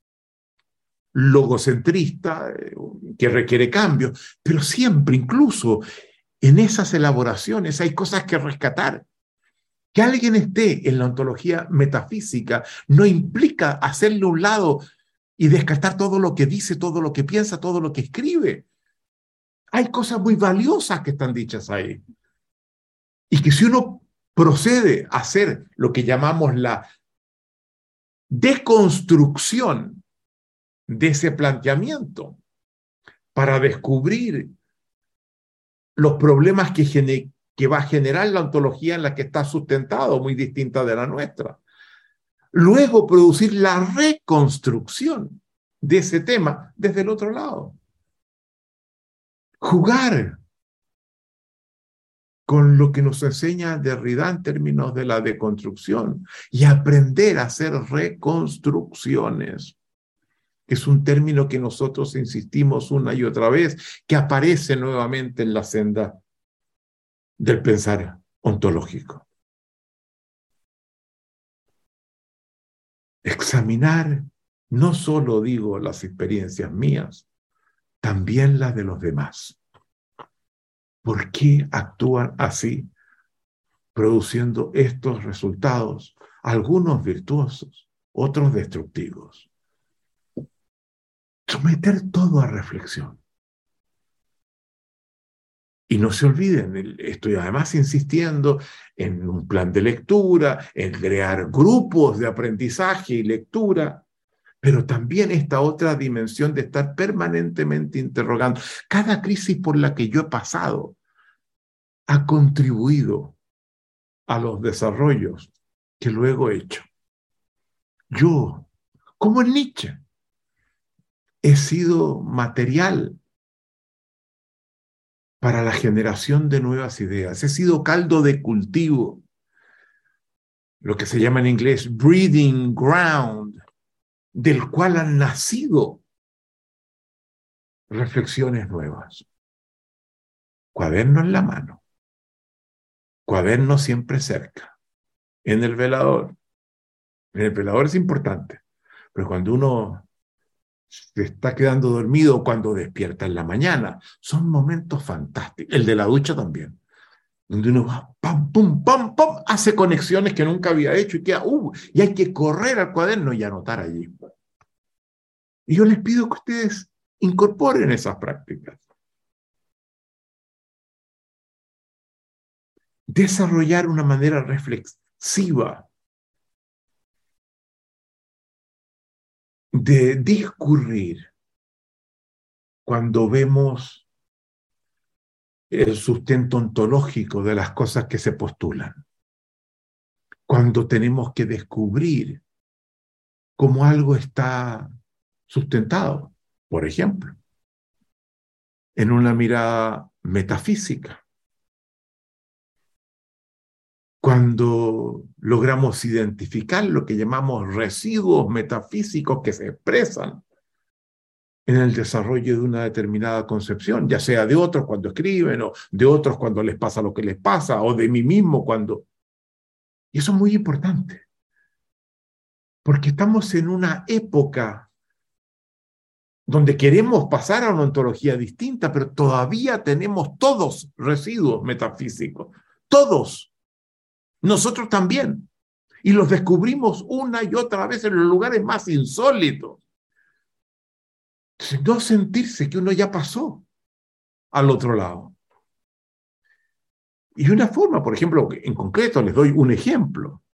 logocentrista que requiere cambios, pero siempre, incluso en esas elaboraciones, hay cosas que rescatar. Que alguien esté en la ontología metafísica no implica hacerle un lado y descartar todo lo que dice, todo lo que piensa, todo lo que escribe. Hay cosas muy valiosas que están dichas ahí. Y que si uno procede a hacer lo que llamamos la deconstrucción de ese planteamiento para descubrir los problemas que va a generar la ontología en la que está sustentado, muy distinta de la nuestra. Luego producir la reconstrucción de ese tema desde el otro lado. Jugar con lo que nos enseña Derrida en términos de la deconstrucción y aprender a hacer reconstrucciones. Es un término que nosotros insistimos una y otra vez, que aparece nuevamente en la senda del pensar ontológico. Examinar no solo, digo, las experiencias mías, también las de los demás. ¿Por qué actúan así, produciendo estos resultados, algunos virtuosos, otros destructivos? Someter todo a reflexión. Y no se olviden, estoy además insistiendo en un plan de lectura, en crear grupos de aprendizaje y lectura, pero también esta otra dimensión de estar permanentemente interrogando. Cada crisis por la que yo he pasado ha contribuido a los desarrollos que luego he hecho. Yo, como en Nietzsche, he sido material para la generación de nuevas ideas. He sido caldo de cultivo, lo que se llama en inglés breeding ground, del cual han nacido reflexiones nuevas. Cuaderno en la mano, cuaderno siempre cerca, en el velador. En el velador es importante, pero cuando uno se está quedando dormido, cuando despierta en la mañana, son momentos fantásticos. El de la ducha también, donde uno va, pam, pum, pam, pam, hace conexiones que nunca había hecho y queda, y hay que correr al cuaderno y anotar allí. Y yo les pido que ustedes incorporen esas prácticas. Desarrollar una manera reflexiva de discurrir cuando vemos el sustento ontológico de las cosas que se postulan. Cuando tenemos que descubrir cómo algo está sustentado, por ejemplo, en una mirada metafísica. Cuando logramos identificar lo que llamamos residuos metafísicos que se expresan en el desarrollo de una determinada concepción, ya sea de otros cuando escriben, o de otros cuando les pasa lo que les pasa, o de mí mismo cuando... Y eso es muy importante, porque estamos en una época donde queremos pasar a una ontología distinta, pero todavía tenemos todos residuos metafísicos, todos, nosotros también, y los descubrimos una y otra vez en los lugares más insólitos. No sentirse que uno ya pasó al otro lado. Y una forma, por ejemplo, en concreto, les doy un ejemplo.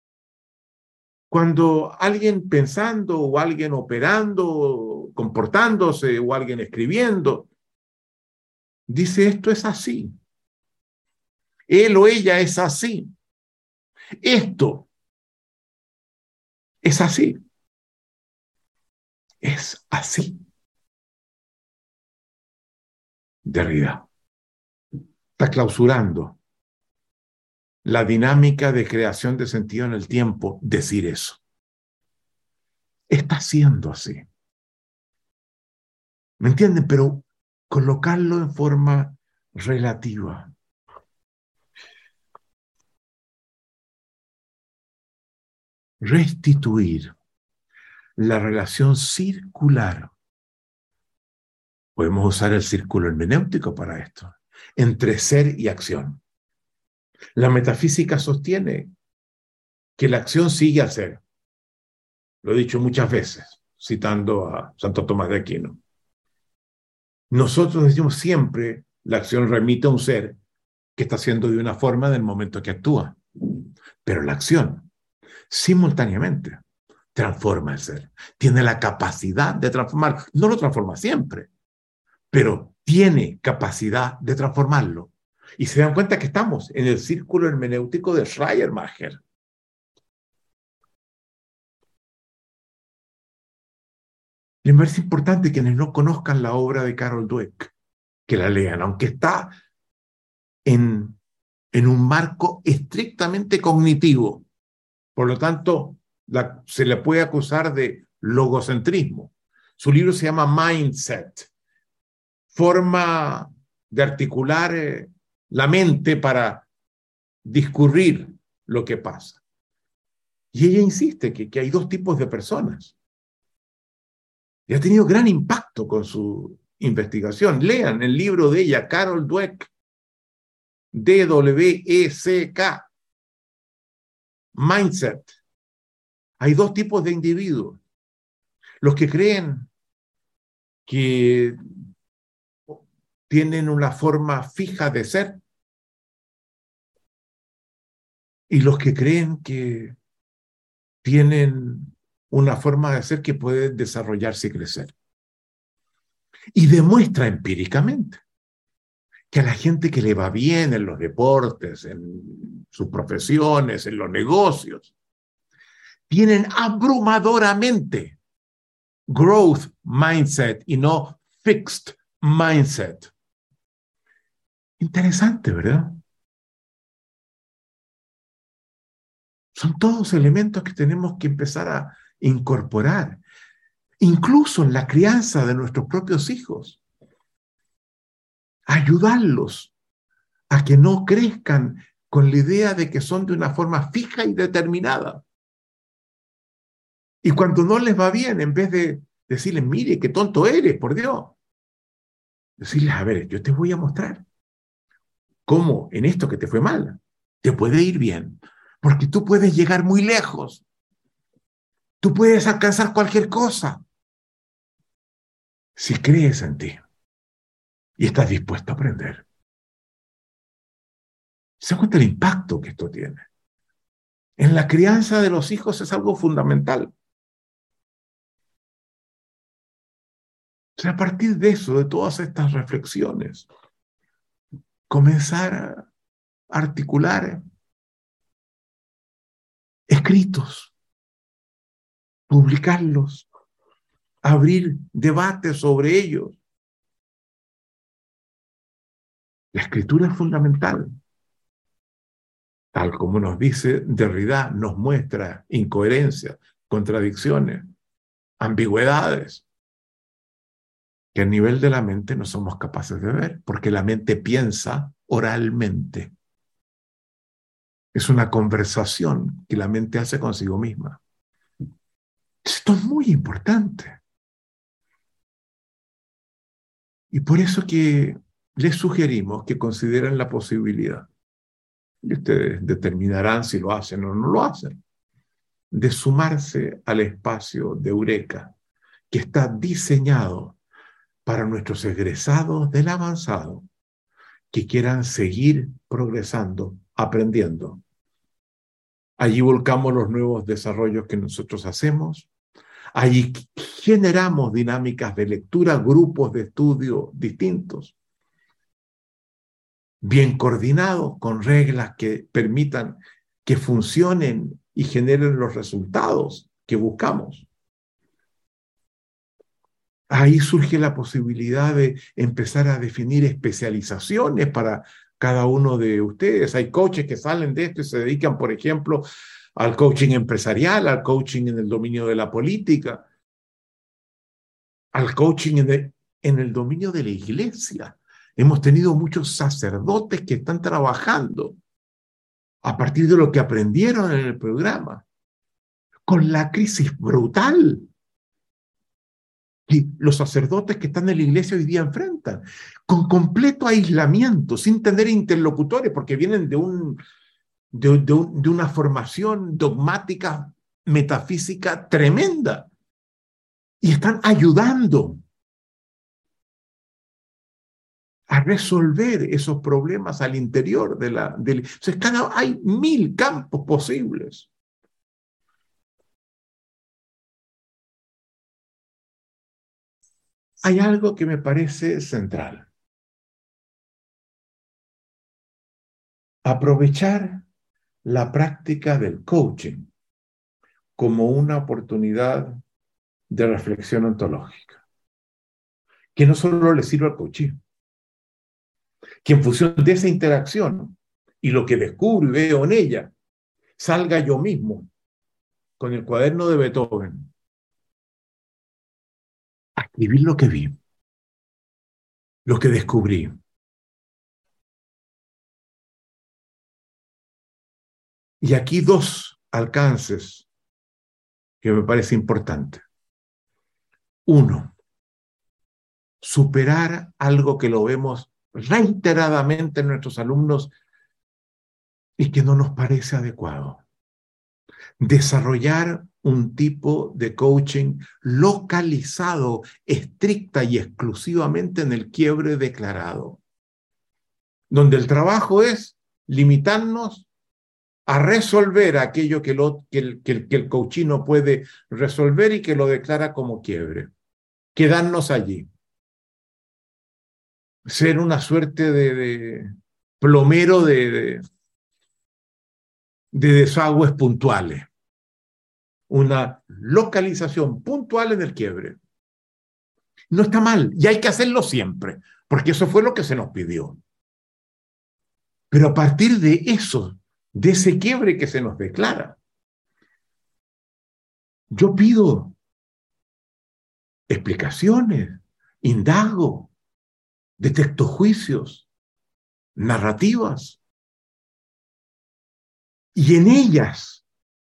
Cuando alguien pensando o alguien operando, comportándose o alguien escribiendo, dice esto es así. Él o ella es así. Esto es así. Es así. Derrida está clausurando la dinámica de creación de sentido en el tiempo, decir eso. Está siendo así. ¿Me entienden? Pero colocarlo en forma relativa. Restituir la relación circular. Podemos usar el círculo hermenéutico para esto, entre ser y acción. La metafísica sostiene que la acción sigue al ser. Lo he dicho muchas veces, citando a Santo Tomás de Aquino. Nosotros decimos siempre, la acción remite a un ser que está haciendo de una forma en el momento que actúa. Pero la acción, simultáneamente, transforma el ser. Tiene la capacidad de transformar. No lo transforma siempre, pero tiene capacidad de transformarlo. Y se dan cuenta que estamos en el círculo hermenéutico de Schleiermacher. Les parece importante quienes no conozcan la obra de Carol Dweck, que la lean, aunque está en un marco estrictamente cognitivo. Por lo tanto, se le puede acusar de logocentrismo. Su libro se llama Mindset, forma de articular la mente para discurrir lo que pasa. Y ella insiste que hay dos tipos de personas. Y ha tenido gran impacto con su investigación. Lean el libro de ella, Carol Dweck, D-W-E-C-K, Mindset. Hay dos tipos de individuos. Los que creen que tienen una forma fija de ser y los que creen que tienen una forma de ser que puede desarrollarse y crecer. Y demuestra empíricamente que a la gente que le va bien en los deportes, en sus profesiones, en los negocios, tienen abrumadoramente growth mindset y no fixed mindset. Interesante, ¿verdad? Son todos elementos que tenemos que empezar a incorporar, incluso en la crianza de nuestros propios hijos. Ayudarlos a que no crezcan con la idea de que son de una forma fija y determinada. Y cuando no les va bien, en vez de decirles, mire, qué tonto eres, por Dios, decirles, a ver, yo te voy a mostrar cómo en esto que te fue mal, te puede ir bien, porque tú puedes llegar muy lejos, tú puedes alcanzar cualquier cosa, si crees en ti y estás dispuesto a aprender. ¿Se da cuenta el impacto que esto tiene? En la crianza de los hijos es algo fundamental. O sea, a partir de eso, de todas estas reflexiones, comenzar a articular escritos, publicarlos, abrir debates sobre ellos. La escritura es fundamental. Tal como nos dice Derrida, nos muestra incoherencias, contradicciones, ambigüedades, que a nivel de la mente no somos capaces de ver, porque la mente piensa oralmente. Es una conversación que la mente hace consigo misma. Esto es muy importante. Y por eso que les sugerimos que consideren la posibilidad, y ustedes determinarán si lo hacen o no lo hacen, de sumarse al espacio de Eureka, que está diseñado para nuestros egresados del avanzado que quieran seguir progresando, aprendiendo. Allí volcamos los nuevos desarrollos que nosotros hacemos. Allí generamos dinámicas de lectura, grupos de estudio distintos, bien coordinados, con reglas que permitan que funcionen y generen los resultados que buscamos. Ahí surge la posibilidad de empezar a definir especializaciones para cada uno de ustedes. Hay coaches que salen de esto y se dedican, por ejemplo, al coaching empresarial, al coaching en el dominio de la política, al coaching en el dominio de la iglesia. Hemos tenido muchos sacerdotes que están trabajando a partir de lo que aprendieron en el programa, con la crisis brutal que los sacerdotes que están en la iglesia hoy día enfrentan, con completo aislamiento, sin tener interlocutores, porque vienen de una formación dogmática, metafísica tremenda, y están ayudando a resolver esos problemas al interior o sea, hay 1000 campos posibles. Hay algo que me parece central. Aprovechar la práctica del coaching como una oportunidad de reflexión ontológica, que no solo le sirve al coaching, que en función de esa interacción y lo que descubro y veo en ella, salga yo mismo con el cuaderno de Beethoven a escribir lo que vi, lo que descubrí. Y aquí dos alcances que me parece importante. Uno, superar algo que lo vemos reiteradamente en nuestros alumnos y que no nos parece adecuado. Desarrollar un tipo de coaching localizado, estricta y exclusivamente en el quiebre declarado, donde el trabajo es limitarnos a resolver aquello que el coaching no puede resolver y que lo declara como quiebre. Quedarnos allí. Ser una suerte de plomero de desagües puntuales. Una localización puntual en el quiebre. No está mal, y hay que hacerlo siempre, porque eso fue lo que se nos pidió. Pero a partir de eso, de ese quiebre que se nos declara, yo pido explicaciones, indago, detecto juicios, narrativas, y en ellas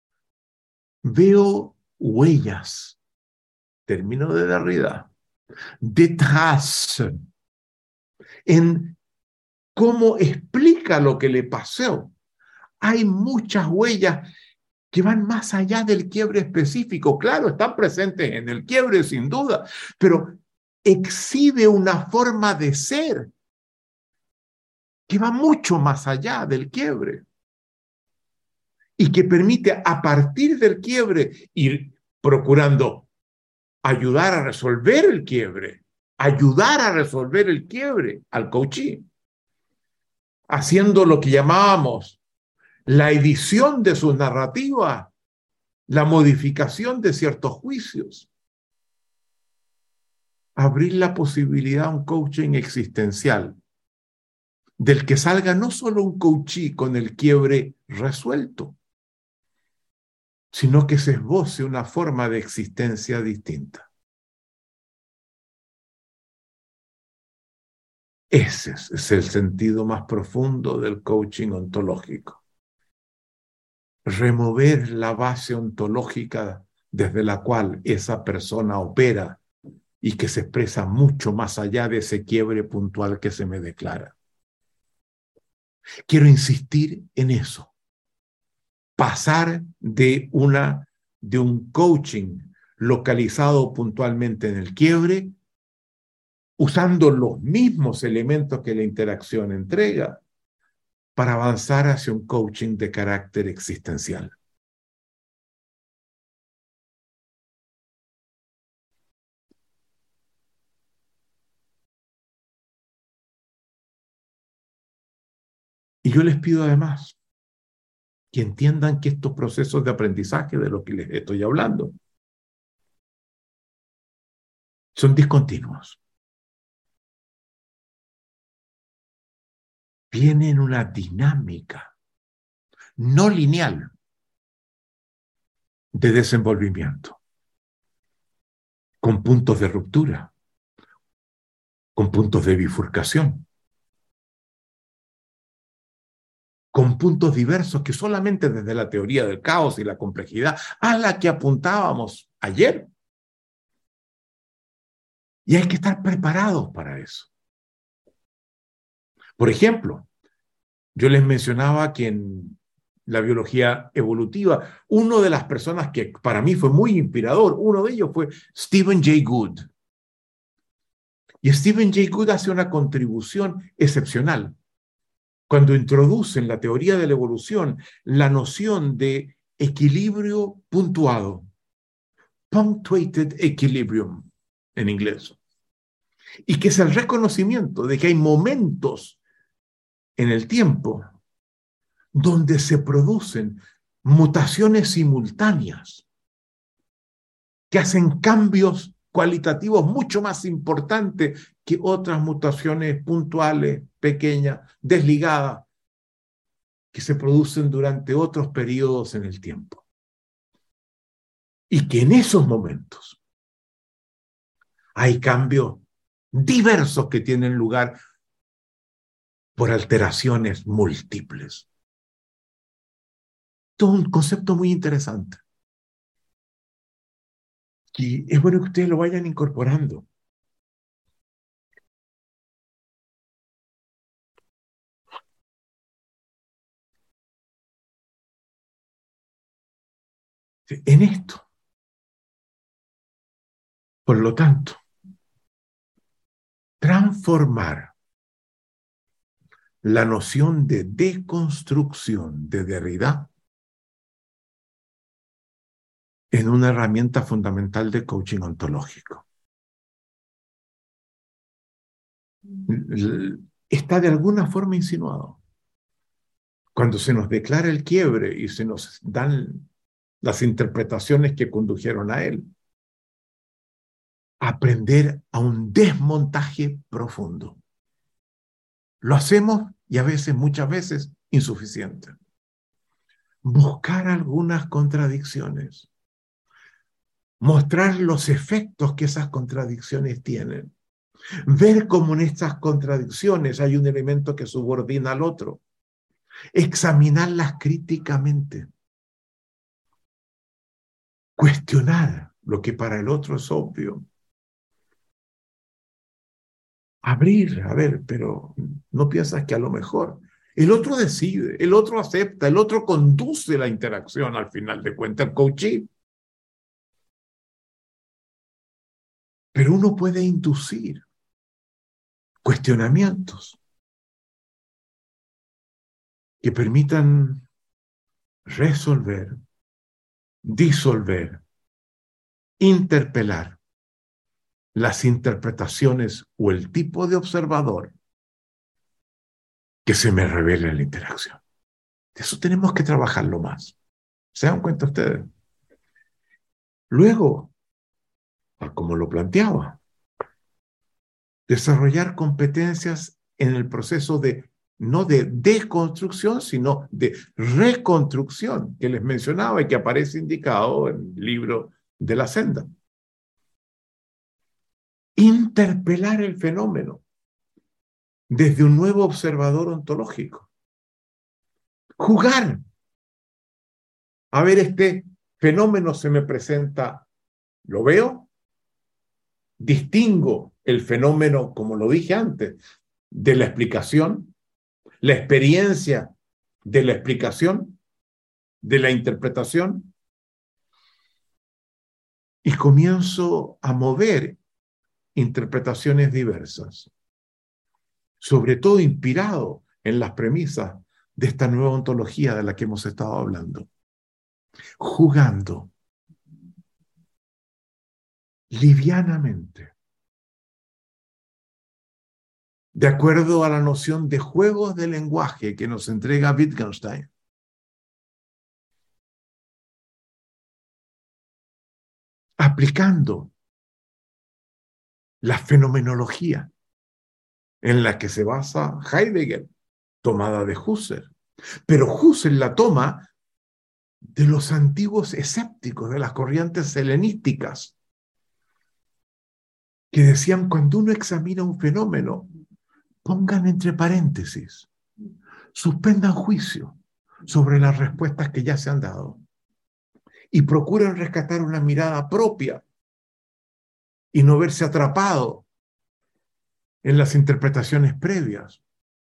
veo huellas, término de Derrida, de trace, en cómo explica lo que le pasó. Hay muchas huellas que van más allá del quiebre específico. Claro, están presentes en el quiebre sin duda, pero exhibe una forma de ser que va mucho más allá del quiebre y que permite a partir del quiebre ir procurando ayudar a resolver el quiebre, al coaching, haciendo lo que llamábamos la edición de sus narrativas, la modificación de ciertos juicios. Abrir la posibilidad a un coaching existencial, del que salga no solo un coachí con el quiebre resuelto, sino que se esboce una forma de existencia distinta. Ese es el sentido más profundo del coaching ontológico. Remover la base ontológica desde la cual esa persona opera y que se expresa mucho más allá de ese quiebre puntual que se me declara. Quiero insistir en eso. Pasar de un coaching localizado puntualmente en el quiebre, usando los mismos elementos que la interacción entrega, para avanzar hacia un coaching de carácter existencial. Y yo les pido además que entiendan que estos procesos de aprendizaje de los que les estoy hablando son discontinuos. Tienen una dinámica no lineal de desenvolvimiento, con puntos de ruptura, con puntos de bifurcación, con puntos diversos que solamente desde la teoría del caos y la complejidad a la que apuntábamos ayer. Y hay que estar preparados para eso. Por ejemplo, yo les mencionaba que en la biología evolutiva, una de las personas que para mí fue muy inspirador, uno de ellos fue Stephen Jay Gould. Y Stephen Jay Gould hace una contribución excepcional cuando introduce en la teoría de la evolución la noción de equilibrio puntuado, punctuated equilibrium en inglés, y que es el reconocimiento de que hay momentos en el tiempo donde se producen mutaciones simultáneas que hacen cambios cualitativos mucho más importantes que otras mutaciones puntuales, pequeñas, desligadas, que se producen durante otros periodos en el tiempo. Y que en esos momentos hay cambios diversos que tienen lugar por alteraciones múltiples. Esto es un concepto muy interesante. Y es bueno que ustedes lo vayan incorporando. En esto, por lo tanto, transformar la noción de deconstrucción de Derrida en una herramienta fundamental de coaching ontológico. Está de alguna forma insinuado. Cuando se nos declara el quiebre y se nos dan las interpretaciones que condujeron a él, aprender a un desmontaje profundo. Lo hacemos y a veces, muchas veces, insuficiente. Buscar algunas contradicciones. Mostrar los efectos que esas contradicciones tienen. Ver cómo en estas contradicciones hay un elemento que subordina al otro. Examinarlas críticamente. Cuestionar lo que para el otro es obvio. Abrir, a ver, pero no piensas que a lo mejor el otro decide, el otro acepta, el otro conduce la interacción al final de cuentas, el coaching. Pero uno puede inducir cuestionamientos que permitan resolver, disolver, interpelar las interpretaciones o el tipo de observador que se me revela en la interacción. Eso tenemos que trabajarlo más. ¿Se dan cuenta ustedes? Luego, como lo planteaba, desarrollar competencias en el proceso de, no de deconstrucción, sino de reconstrucción, que les mencionaba y que aparece indicado en el libro de la senda. Interpelar el fenómeno desde un nuevo observador ontológico. Jugar. A ver, este fenómeno se me presenta, ¿lo veo? Distingo el fenómeno, como lo dije antes, de la explicación, la experiencia de la explicación, de la interpretación, y comienzo a mover interpretaciones diversas, sobre todo inspirado en las premisas de esta nueva ontología de la que hemos estado hablando. Jugando livianamente, de acuerdo a la noción de juegos de lenguaje que nos entrega Wittgenstein. Aplicando la fenomenología en la que se basa Heidegger, tomada de Husserl. Pero Husserl la toma de los antiguos escépticos, de las corrientes helenísticas, que decían, cuando uno examina un fenómeno, pongan entre paréntesis, suspendan juicio sobre las respuestas que ya se han dado y procuren rescatar una mirada propia y no verse atrapado en las interpretaciones previas.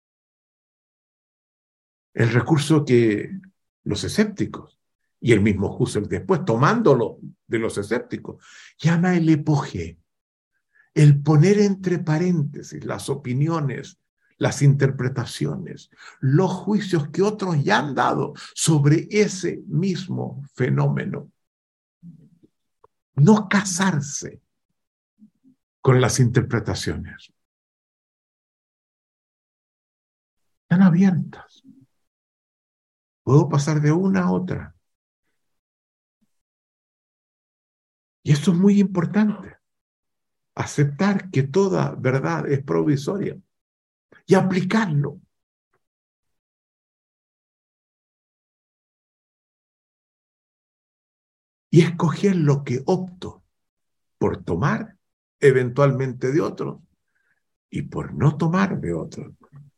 El recurso que los escépticos y el mismo Husserl después, tomándolo de los escépticos, llama el epogé, el poner entre paréntesis las opiniones, las interpretaciones, los juicios que otros ya han dado sobre ese mismo fenómeno. No casarse con las interpretaciones. Están abiertas. Puedo pasar de una a otra. Y esto es muy importante, aceptar que toda verdad es provisoria y aplicarlo. Y escoger lo que opto por tomar eventualmente de otros y por no tomar de otros.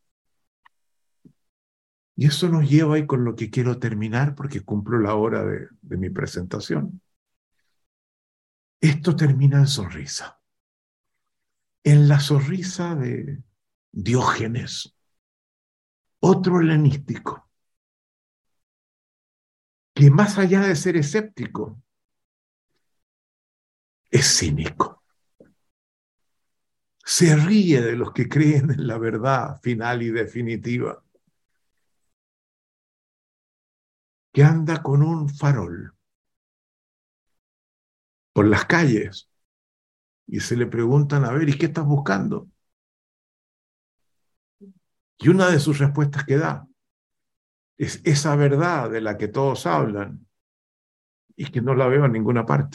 Y eso nos lleva ahí con lo que quiero terminar porque cumplo la hora de mi presentación. Esto termina en sonrisa. En la sonrisa de Diógenes, otro helenístico, que más allá de ser escéptico, es cínico. Se ríe de los que creen en la verdad final y definitiva, que anda con un farol por las calles y se le preguntan, a ver, ¿y qué estás buscando? Y una de sus respuestas que da es esa verdad de la que todos hablan y que no la veo en ninguna parte.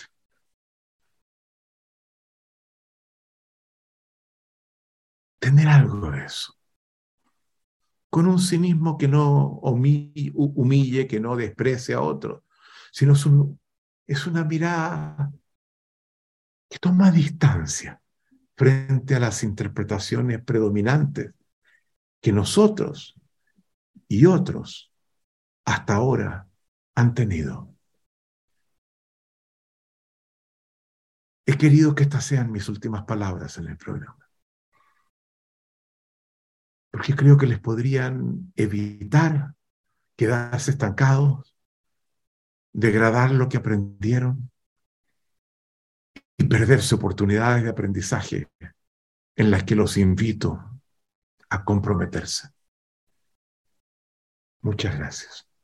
Tener algo de eso, con un cinismo que no humille, que no desprecie a otro, sino es una mirada que toma distancia frente a las interpretaciones predominantes que nosotros y otros hasta ahora han tenido. He querido que estas sean mis últimas palabras en el programa, porque creo que les podrían evitar quedarse estancados, degradar lo que aprendieron y perderse oportunidades de aprendizaje en las que los invito a comprometerse. Muchas gracias.